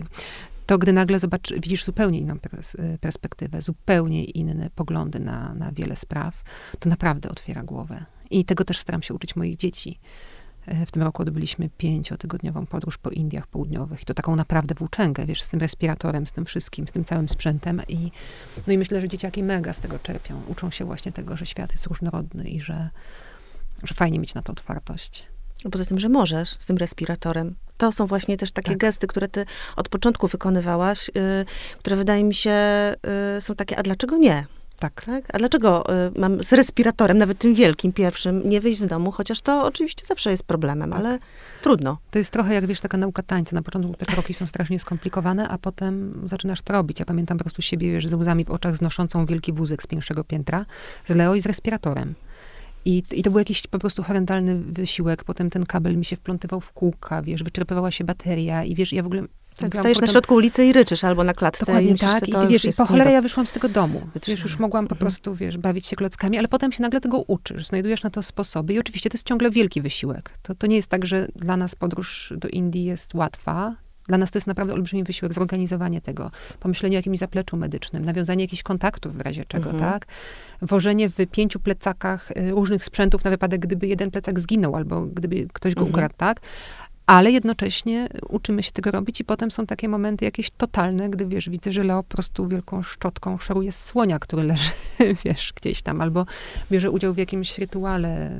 To gdy nagle widzisz zupełnie inną perspektywę, zupełnie inne poglądy na wiele spraw, to naprawdę otwiera głowę. I tego też staram się uczyć moich dzieci. W tym roku odbyliśmy 5-tygodniową podróż po Indiach Południowych. I to taką naprawdę włóczęgę, wiesz, z tym respiratorem, z tym wszystkim, z tym całym sprzętem. No i myślę, że dzieciaki mega z tego czerpią. Uczą się właśnie tego, że świat jest różnorodny i że fajnie mieć na to otwartość. No poza tym, że możesz z tym respiratorem. To są właśnie też takie gesty, które ty od początku wykonywałaś, które wydaje mi się są takie, a dlaczego nie? Tak. A dlaczego mam z respiratorem, nawet tym wielkim, pierwszym, nie wyjść z domu, chociaż to oczywiście zawsze jest problemem, ale trudno. To jest trochę jak, wiesz, taka nauka tańca. Na początku te kroki są strasznie skomplikowane, a potem zaczynasz to robić. Ja pamiętam po prostu siebie, wiesz, ze łzami w oczach znoszącą wielki wózek z pierwszego piętra, z Leo i z respiratorem. I to był jakiś po prostu horrendalny wysiłek. Potem ten kabel mi się wplątywał w kółka, wiesz, wyczerpywała się bateria i wiesz, ja w ogóle... Tak, stajesz na środku ulicy i ryczysz, albo na klatce. Dokładnie i myślisz, tak. że to I wiesz, i po cholerę ja wyszłam z tego domu. Wytrzyma. Wiesz, już mogłam po prostu, wiesz, bawić się klockami, ale potem się nagle tego uczysz, znajdujesz na to sposoby i oczywiście to jest ciągle wielki wysiłek. To nie jest tak, że dla nas podróż do Indii jest łatwa. Dla nas to jest naprawdę olbrzymi wysiłek, zorganizowanie tego, pomyślenie o jakimś zapleczu medycznym, nawiązanie jakichś kontaktów w razie czego, tak? Wożenie w 5 plecakach różnych sprzętów na wypadek, gdyby jeden plecak zginął, albo gdyby ktoś go ukradł, tak? Ale jednocześnie uczymy się tego robić i potem są takie momenty jakieś totalne, gdy, wiesz, widzę, że Leo po prostu wielką szczotką szoruje słonia, który leży, wiesz, gdzieś tam, albo bierze udział w jakimś rytuale,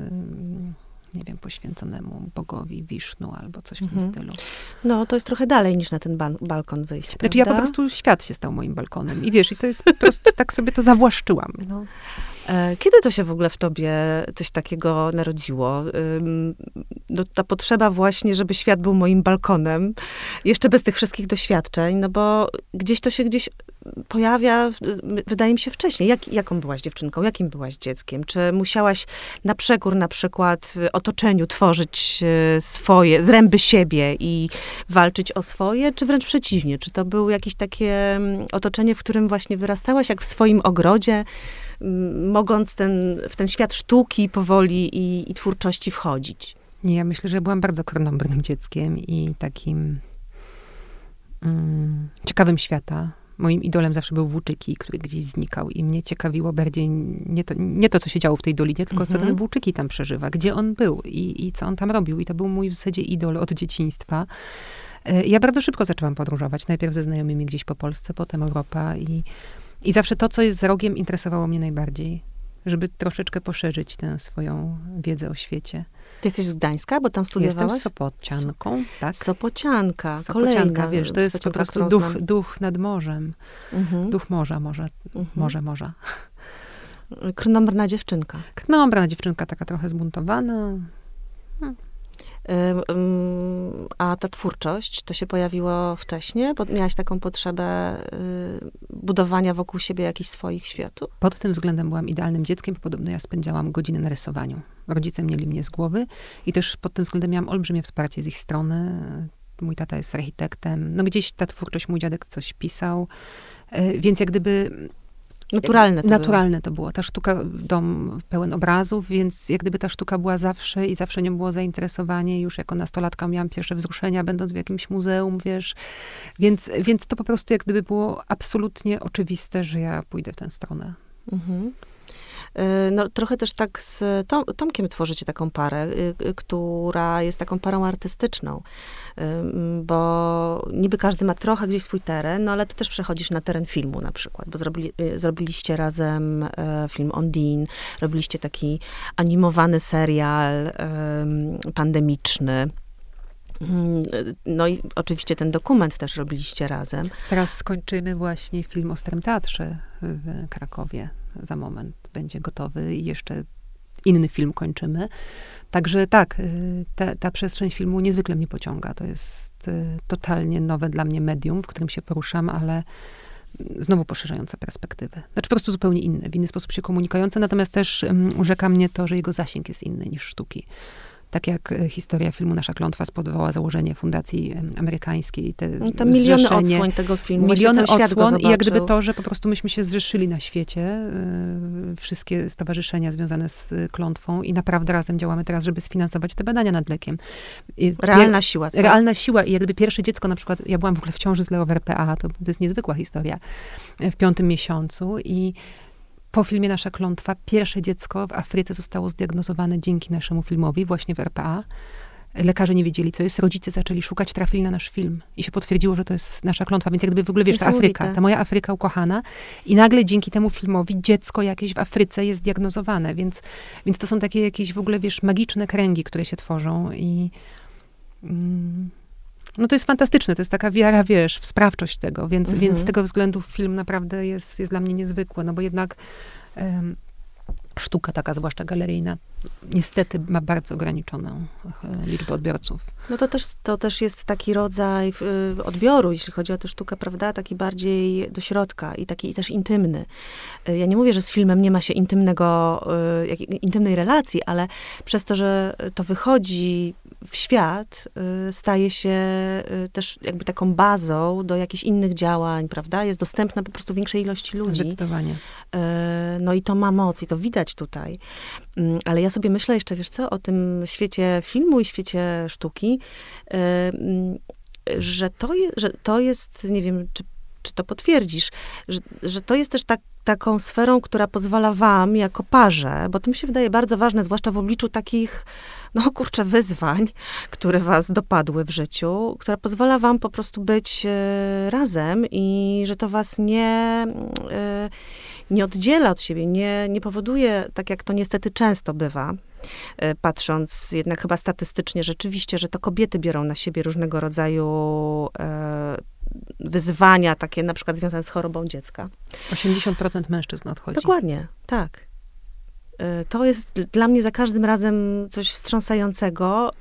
nie wiem, poświęconemu bogowi Wisznu, albo coś w tym stylu. No, to jest trochę dalej niż na ten balkon wyjść, prawda? Znaczy ja po prostu, świat się stał moim balkonem i wiesz, i to jest po prostu, tak sobie to zawłaszczyłam. No. Kiedy to się w ogóle w tobie coś takiego narodziło? No, ta potrzeba właśnie, żeby świat był moim balkonem, jeszcze bez tych wszystkich doświadczeń, no bo gdzieś to się pojawia, wydaje mi się, wcześniej. Jaką byłaś dziewczynką? Jakim byłaś dzieckiem? Czy musiałaś na przekór na przykład otoczeniu tworzyć swoje, zręby siebie i walczyć o swoje, czy wręcz przeciwnie? Czy to było jakieś takie otoczenie, w którym właśnie wyrastałaś, jak w swoim ogrodzie, mogąc w ten świat sztuki powoli i twórczości wchodzić? Nie, ja myślę, że ja byłam bardzo krnąbrnym dzieckiem i takim ciekawym świata. Moim idolem zawsze był Włóczyki, który gdzieś znikał i mnie ciekawiło bardziej nie to, co się działo w tej dolinie, tylko co ten Włóczyki tam przeżywa, gdzie on był i co on tam robił. I to był mój w zasadzie idol od dzieciństwa. Ja bardzo szybko zaczęłam podróżować. Najpierw ze znajomymi gdzieś po Polsce, potem Europa i zawsze to, co jest za rogiem, interesowało mnie najbardziej, żeby troszeczkę poszerzyć tę swoją wiedzę o świecie. Ty jesteś z Gdańska, bo tam studiowałaś? Jestem Sopocianką, tak. Sopocianka, kolejna. Wiesz, to jest po prostu duch nad morzem. Duch morza, morza. Krnąbrna dziewczynka. Krnąbrna dziewczynka, taka trochę zbuntowana. A ta twórczość, to się pojawiło wcześniej? Miałaś taką potrzebę budowania wokół siebie jakichś swoich światów? Pod tym względem byłam idealnym dzieckiem, bo podobno ja spędzałam godziny na rysowaniu. Rodzice mieli mnie z głowy i też pod tym względem miałam olbrzymie wsparcie z ich strony. Mój tata jest architektem. No gdzieś ta twórczość, mój dziadek coś pisał. Więc jak gdyby Naturalne to było. Ta sztuka, dom pełen obrazów, więc jak gdyby ta sztuka była zawsze i zawsze nią było zainteresowanie. Już jako nastolatka miałam pierwsze wzruszenia, będąc w jakimś muzeum, wiesz. Więc to po prostu jak gdyby było absolutnie oczywiste, że ja pójdę w tę stronę. Mhm. No, trochę też tak z Tomkiem tworzycie taką parę, która jest taką parą artystyczną, bo niby każdy ma trochę gdzieś swój teren, no ale ty też przechodzisz na teren filmu na przykład, bo zrobiliście razem film Ondine, robiliście taki animowany serial pandemiczny. No i oczywiście ten dokument też robiliście razem. Teraz skończymy właśnie film o Starym Teatrze w Krakowie. Za moment będzie gotowy i jeszcze inny film kończymy. Także tak, ta przestrzeń filmu niezwykle mnie pociąga. To jest totalnie nowe dla mnie medium, w którym się poruszam, ale znowu poszerzające perspektywy. Znaczy po prostu zupełnie inne, w inny sposób się komunikujące, natomiast też urzeka mnie to, że jego zasięg jest inny niż sztuki. Tak jak historia filmu Nasza Klątwa spowodowała założenie fundacji amerykańskiej. To miliony odsłoń tego filmu. Miliony odsłon i jak gdyby to, że po prostu myśmy się zrzeszyli na świecie, wszystkie stowarzyszenia związane z klątwą i naprawdę razem działamy teraz, żeby sfinansować te badania nad lekiem. Realna siła. Co? Realna siła i jak gdyby pierwsze dziecko na przykład, ja byłam w ogóle w ciąży z Leo w RPA, to jest niezwykła historia, w 5. miesiącu i po filmie Nasza Klątwa pierwsze dziecko w Afryce zostało zdiagnozowane dzięki naszemu filmowi, właśnie w RPA. Lekarze nie wiedzieli, co jest. Rodzice zaczęli szukać, trafili na nasz film. I się potwierdziło, że to jest Nasza Klątwa. Więc jak gdyby w ogóle, wiesz, ta Afryka, ta moja Afryka ukochana. I nagle dzięki temu filmowi dziecko jakieś w Afryce jest zdiagnozowane. Więc to są takie jakieś w ogóle, wiesz, magiczne kręgi, które się tworzą. I no to jest fantastyczne. To jest taka wiara, wiesz, w sprawczość tego. Więc z tego względu film naprawdę jest dla mnie niezwykły. No bo jednak sztuka taka, zwłaszcza galeryjna, niestety ma bardzo ograniczoną liczbę odbiorców. No to też jest taki rodzaj odbioru, jeśli chodzi o tę sztukę, prawda? Taki bardziej do środka i taki też intymny. Ja nie mówię, że z filmem nie ma się intymnej relacji, ale przez to, że to wychodzi w świat, staje się też jakby taką bazą do jakichś innych działań, prawda? Jest dostępna po prostu większej ilości ludzi. Zdecydowanie. No i to ma moc i to widać tutaj. Ale ja sobie myślę jeszcze, wiesz co, o tym świecie filmu i świecie sztuki, że to jest, nie wiem, czy to potwierdzisz, że to jest też taką sferą, która pozwala wam jako parze, bo to mi się wydaje bardzo ważne, zwłaszcza w obliczu takich, no kurczę, wyzwań, które was dopadły w życiu, która pozwala wam po prostu być razem i że to was nie oddziela od siebie, nie powoduje, tak jak to niestety często bywa, patrząc jednak chyba statystycznie rzeczywiście, że to kobiety biorą na siebie różnego rodzaju wyzwania, takie na przykład związane z chorobą dziecka. 80% mężczyzn odchodzi. Dokładnie, tak. To jest dla mnie za każdym razem coś wstrząsającego,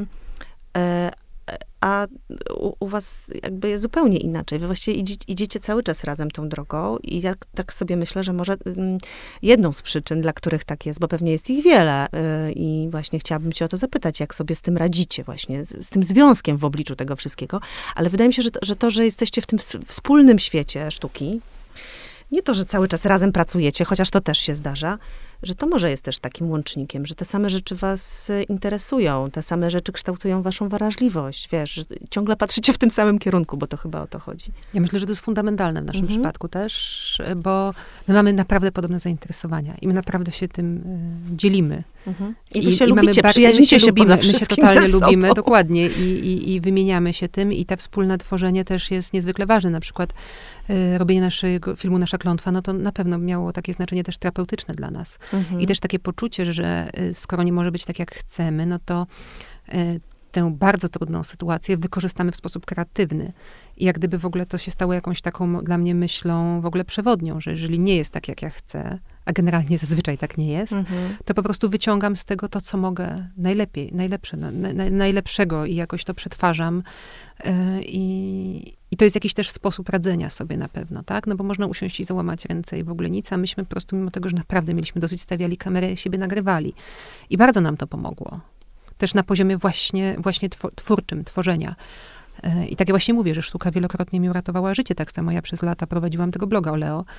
a u was jakby jest zupełnie inaczej. Wy właściwie idziecie cały czas razem tą drogą i ja tak sobie myślę, że może jedną z przyczyn, dla których tak jest, bo pewnie jest ich wiele i właśnie chciałabym cię o to zapytać, jak sobie z tym radzicie właśnie, z tym związkiem w obliczu tego wszystkiego, ale wydaje mi się, że jesteście w tym wspólnym świecie sztuki, nie to, że cały czas razem pracujecie, chociaż to też się zdarza, że to może jest też takim łącznikiem, że te same rzeczy was interesują, te same rzeczy kształtują waszą wrażliwość, wiesz, że ciągle patrzycie w tym samym kierunku, bo to chyba o to chodzi. Ja myślę, że to jest fundamentalne w naszym przypadku też, bo my mamy naprawdę podobne zainteresowania i my naprawdę się tym dzielimy. I wy się lubicie, przyjaźnicie się poza wszystkim. My się totalnie lubimy, dokładnie, i wymieniamy się tym i te wspólne tworzenie też jest niezwykle ważne. Na przykład robienie naszego filmu Nasza Klątwa, no to na pewno miało takie znaczenie też terapeutyczne dla nas. I też takie poczucie, że skoro nie może być tak, jak chcemy, no to tę bardzo trudną sytuację wykorzystamy w sposób kreatywny. I jak gdyby w ogóle to się stało jakąś taką dla mnie myślą w ogóle przewodnią, że jeżeli nie jest tak, jak ja chcę, a generalnie zazwyczaj tak nie jest, to po prostu wyciągam z tego to, co mogę najlepiej, najlepszego i jakoś to przetwarzam. I to jest jakiś też sposób radzenia sobie na pewno, tak? No bo można usiąść i załamać ręce i w ogóle nic, a myśmy po prostu, mimo tego, że naprawdę mieliśmy dosyć, stawiali kamerę, siebie nagrywali. I bardzo nam to pomogło. Też na poziomie właśnie twórczym, tworzenia. I tak jak właśnie mówię, że sztuka wielokrotnie mi uratowała życie. Tak samo ja przez lata prowadziłam tego bloga o Leo.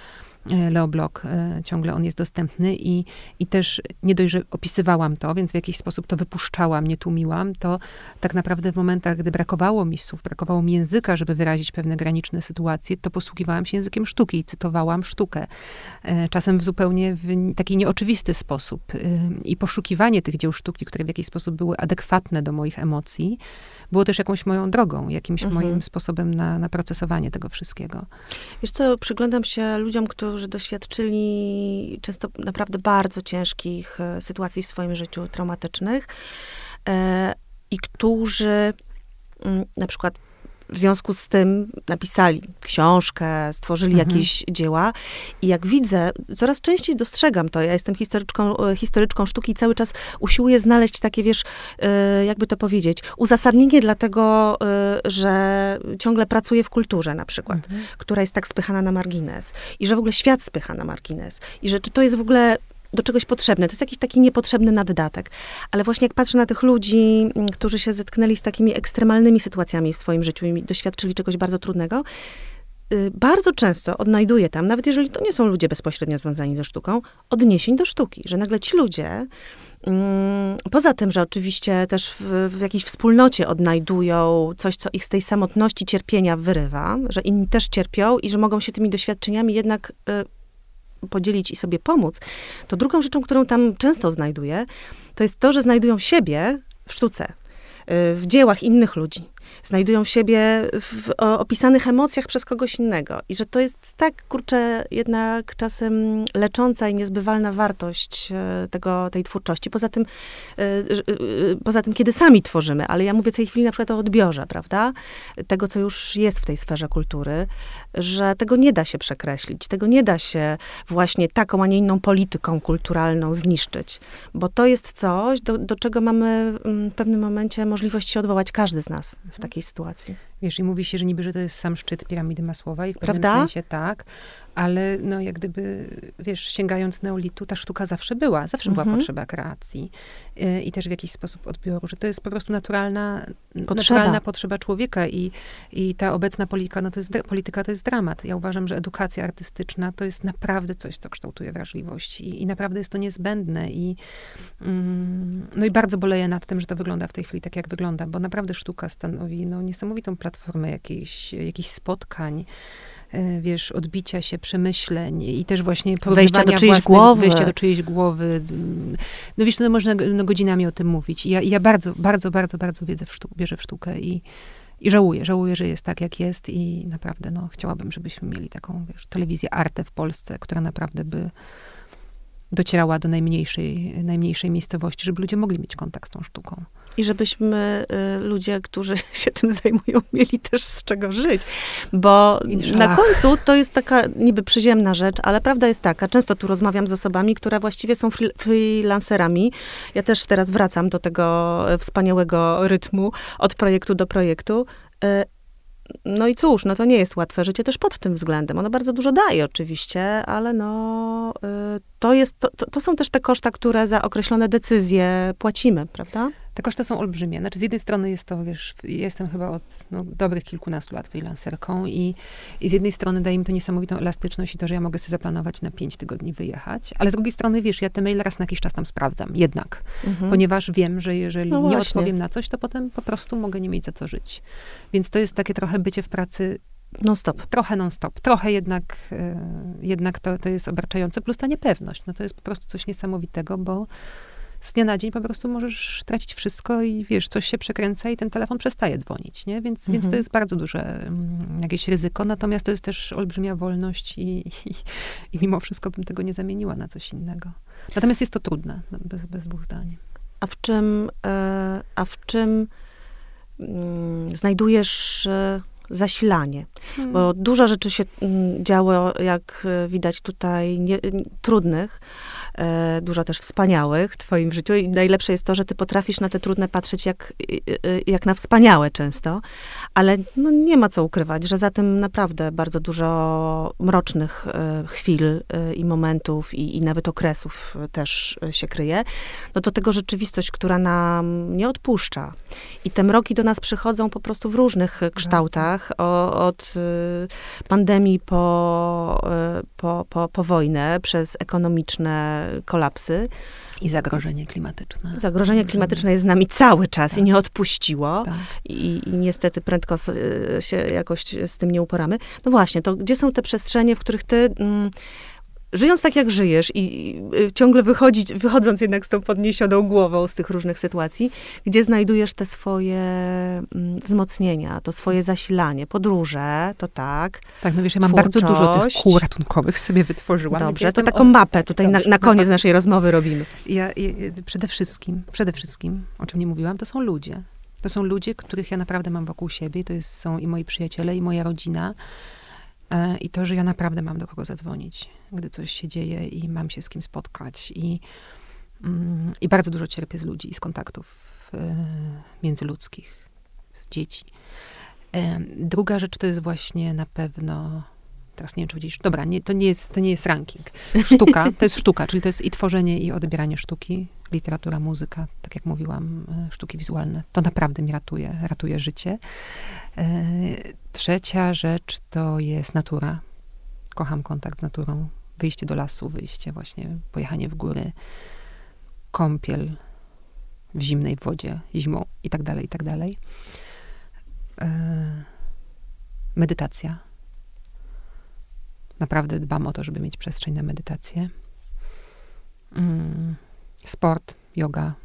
Leo Block, ciągle on jest dostępny i też nie dość, że opisywałam to, więc w jakiś sposób to wypuszczałam, nie tłumiłam, to tak naprawdę w momentach, gdy brakowało mi słów, brakowało mi języka, żeby wyrazić pewne graniczne sytuacje, to posługiwałam się językiem sztuki i cytowałam sztukę. Czasem w zupełnie taki nieoczywisty sposób. I poszukiwanie tych dzieł sztuki, które w jakiś sposób były adekwatne do moich emocji, było też jakąś moją drogą, jakimś moim sposobem na procesowanie tego wszystkiego. Wiesz co, przyglądam się ludziom, którzy doświadczyli często naprawdę bardzo ciężkich sytuacji w swoim życiu, traumatycznych i którzy na przykład w związku z tym napisali książkę, stworzyli jakieś dzieła i jak widzę, coraz częściej dostrzegam to, ja jestem historyczką sztuki i cały czas usiłuję znaleźć takie, wiesz, jakby to powiedzieć, uzasadnienie dla tego, że ciągle pracuję w kulturze na przykład, która jest tak spychana na margines i że w ogóle świat spycha na margines i że czy to jest w ogóle do czegoś potrzebne. To jest jakiś taki niepotrzebny naddatek. Ale właśnie jak patrzę na tych ludzi, którzy się zetknęli z takimi ekstremalnymi sytuacjami w swoim życiu i doświadczyli czegoś bardzo trudnego, bardzo często odnajduję tam, nawet jeżeli to nie są ludzie bezpośrednio związani ze sztuką, odniesień do sztuki. Że nagle ci ludzie, poza tym, że oczywiście też w jakiejś wspólnocie odnajdują coś, co ich z tej samotności, cierpienia wyrywa, że inni też cierpią i że mogą się tymi doświadczeniami jednak podzielić i sobie pomóc, to drugą rzeczą, którą tam często znajduję, to jest to, że znajdują siebie w sztuce, w dziełach innych ludzi. Znajdują siebie w opisanych emocjach przez kogoś innego. I że to jest tak, kurczę, jednak czasem lecząca i niezbywalna wartość tej twórczości. Poza tym, kiedy sami tworzymy, ale ja mówię w tej chwili na przykład o odbiorze, prawda? Tego, co już jest w tej sferze kultury, że tego nie da się przekreślić, tego nie da się właśnie taką, a nie inną polityką kulturalną zniszczyć. Bo to jest coś, do czego mamy w pewnym momencie możliwość się odwołać każdy z nas w takiej sytuacji. Wiesz, i mówi się, że niby, że to jest sam szczyt piramidy Masłowa i w pewnym Prawda? sensie tak, ale no jak gdyby, wiesz, sięgając neolitu, ta sztuka zawsze była potrzeba kreacji i też w jakiś sposób odbioru, że to jest po prostu naturalna potrzeba człowieka i ta obecna polityka to jest dramat. Ja uważam, że edukacja artystyczna to jest naprawdę coś, co kształtuje wrażliwość i naprawdę jest to niezbędne no i bardzo boleję nad tym, że to wygląda w tej chwili tak, jak wygląda, bo naprawdę sztuka stanowi niesamowitą platformę jakichś spotkań, wiesz, odbicia się, przemyśleń i też właśnie wejścia do czyjejś głowy. No wiesz, można godzinami o tym mówić. I ja bardzo, bardzo, bardzo, bardzo wierzę w sztukę i żałuję, że jest tak, jak jest i naprawdę, chciałabym, żebyśmy mieli taką, wiesz, telewizję Arte w Polsce, która naprawdę by docierała do najmniejszej miejscowości, żeby ludzie mogli mieć kontakt z tą sztuką. I żebyśmy, ludzie, którzy się tym zajmują, mieli też z czego żyć. Bo na końcu to jest taka niby przyziemna rzecz, ale prawda jest taka, często tu rozmawiam z osobami, które właściwie są freelancerami. Ja też teraz wracam do tego wspaniałego rytmu od projektu do projektu. No i cóż, to nie jest łatwe życie też pod tym względem. Ono bardzo dużo daje oczywiście, ale to są też te koszta, które za określone decyzje płacimy, prawda? Te koszty są olbrzymie. Znaczy z jednej strony jest to, wiesz, jestem chyba od dobrych kilkunastu lat freelancerką i z jednej strony daje mi to niesamowitą elastyczność i to, że ja mogę sobie zaplanować na 5 tygodni wyjechać, ale z drugiej strony, wiesz, ja te maile raz na jakiś czas tam sprawdzam, jednak. Ponieważ wiem, że jeżeli nie odpowiem na coś, to potem po prostu mogę nie mieć za co żyć. Więc to jest takie trochę bycie w pracy non-stop. Trochę non-stop. Trochę jednak to jest obarczające, plus ta niepewność. To jest po prostu coś niesamowitego, bo z dnia na dzień po prostu możesz tracić wszystko i wiesz, coś się przekręca i ten telefon przestaje dzwonić, nie? Więc to jest bardzo duże jakieś ryzyko, natomiast to jest też olbrzymia wolność i mimo wszystko bym tego nie zamieniła na coś innego. Natomiast jest to trudne, bez dwóch zdań. A w czym znajdujesz zasilanie? Bo dużo rzeczy się działo, jak widać tutaj, trudnych. dużo też wspaniałych w twoim życiu i najlepsze jest to, że ty potrafisz na te trudne patrzeć jak na wspaniałe często, ale no, nie ma co ukrywać, że za tym naprawdę bardzo dużo mrocznych chwil i momentów i nawet okresów też się kryje. No to tego rzeczywistość, która nam nie odpuszcza. I te mroki do nas przychodzą po prostu w różnych kształtach, od pandemii po wojnę, przez ekonomiczne kolapsy. I zagrożenie klimatyczne. Zagrożenie klimatyczne jest z nami cały czas i nie odpuściło. Tak. I niestety prędko się jakoś z tym nie uporamy. No właśnie, to gdzie są te przestrzenie, w których ty... żyjąc tak, jak żyjesz i ciągle wychodząc jednak z tą podniesioną głową z tych różnych sytuacji, gdzie znajdujesz te swoje wzmocnienia, to swoje zasilanie, podróże, to tak. Tak, no wiesz, ja mam bardzo dużo tych kół ratunkowych sobie wytworzyłam. Dobrze, to taką mapę tutaj na koniec naszej rozmowy robimy. Ja przede wszystkim, o czym nie mówiłam, to są ludzie. To są ludzie, których ja naprawdę mam wokół siebie. Są i moi przyjaciele, i moja rodzina. I to, że ja naprawdę mam do kogo zadzwonić, gdy coś się dzieje i mam się z kim spotkać. I bardzo dużo cierpię z ludzi i z kontaktów międzyludzkich, z dzieci. Druga rzecz to jest właśnie na pewno, teraz nie wiem, czy widzisz, dobra, to nie jest ranking. Sztuka, to jest sztuka, czyli to jest i tworzenie, i odbieranie sztuki, literatura, muzyka, tak jak mówiłam, sztuki wizualne. To naprawdę mi ratuje życie. Trzecia rzecz to jest natura. Kocham kontakt z naturą. Wyjście do lasu, pojechanie w góry, kąpiel w zimnej wodzie, zimą i tak dalej, i tak dalej. Medytacja. Naprawdę dbam o to, żeby mieć przestrzeń na medytację. Sport, yoga,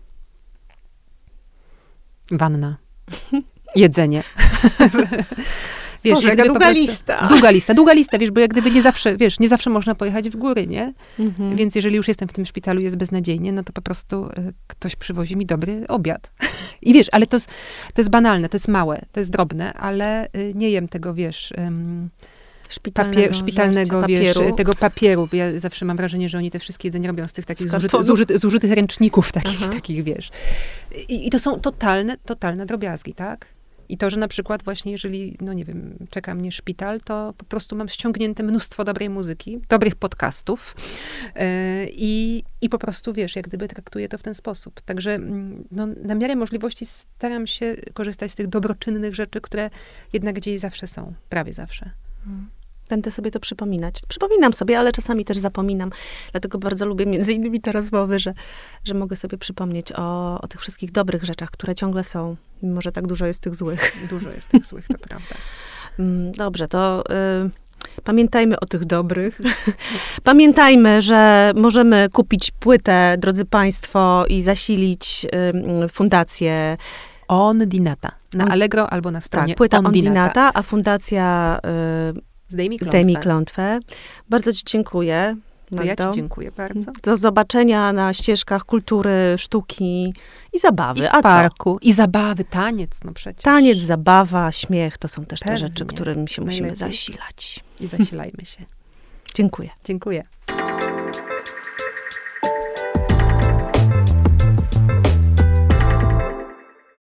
wanna, jedzenie. Wiesz, Boże, jaka długa lista. Długa lista, wiesz, bo jak gdyby nie zawsze można pojechać w góry, nie? Mhm. Więc jeżeli już jestem w tym szpitalu, jest beznadziejnie, no to po prostu ktoś przywozi mi dobry obiad. I wiesz, ale to jest banalne, to jest małe, to jest drobne, ale nie jem tego, wiesz... szpitalnego wiesz, tego papieru. Ja zawsze mam wrażenie, że oni te wszystkie jedzenia robią z tych takich zużytych ręczników, takich, wiesz. I to są totalne drobiazgi, tak? I to, że na przykład właśnie, jeżeli, no nie wiem, czeka mnie szpital, to po prostu mam ściągnięte mnóstwo dobrej muzyki, dobrych podcastów i po prostu, wiesz, jak gdyby traktuję to w ten sposób. Także no, na miarę możliwości staram się korzystać z tych dobroczynnych rzeczy, które jednak gdzieś zawsze są, prawie zawsze. Będę sobie to przypominać. Przypominam sobie, ale czasami też zapominam. Dlatego bardzo lubię między innymi te rozmowy, że mogę sobie przypomnieć o tych wszystkich dobrych rzeczach, które ciągle są, mimo że tak dużo jest tych złych. Dużo jest tych złych, to prawda. Dobrze, to pamiętajmy o tych dobrych. Pamiętajmy, że możemy kupić płytę, drodzy państwo, i zasilić fundację Ondinata. Na Allegro albo na stronie tak, płyta Ondinata, a fundacja Zdejmij klątwę. Bardzo ci dziękuję, Magdo. To ja ci dziękuję bardzo. Do zobaczenia na ścieżkach kultury, sztuki i zabawy. I w parku. I zabawy, taniec, no przecież. Taniec, zabawa, śmiech, to są też te rzeczy, którymi się musimy zasilać. I zasilajmy się. Dziękuję. Dziękuję.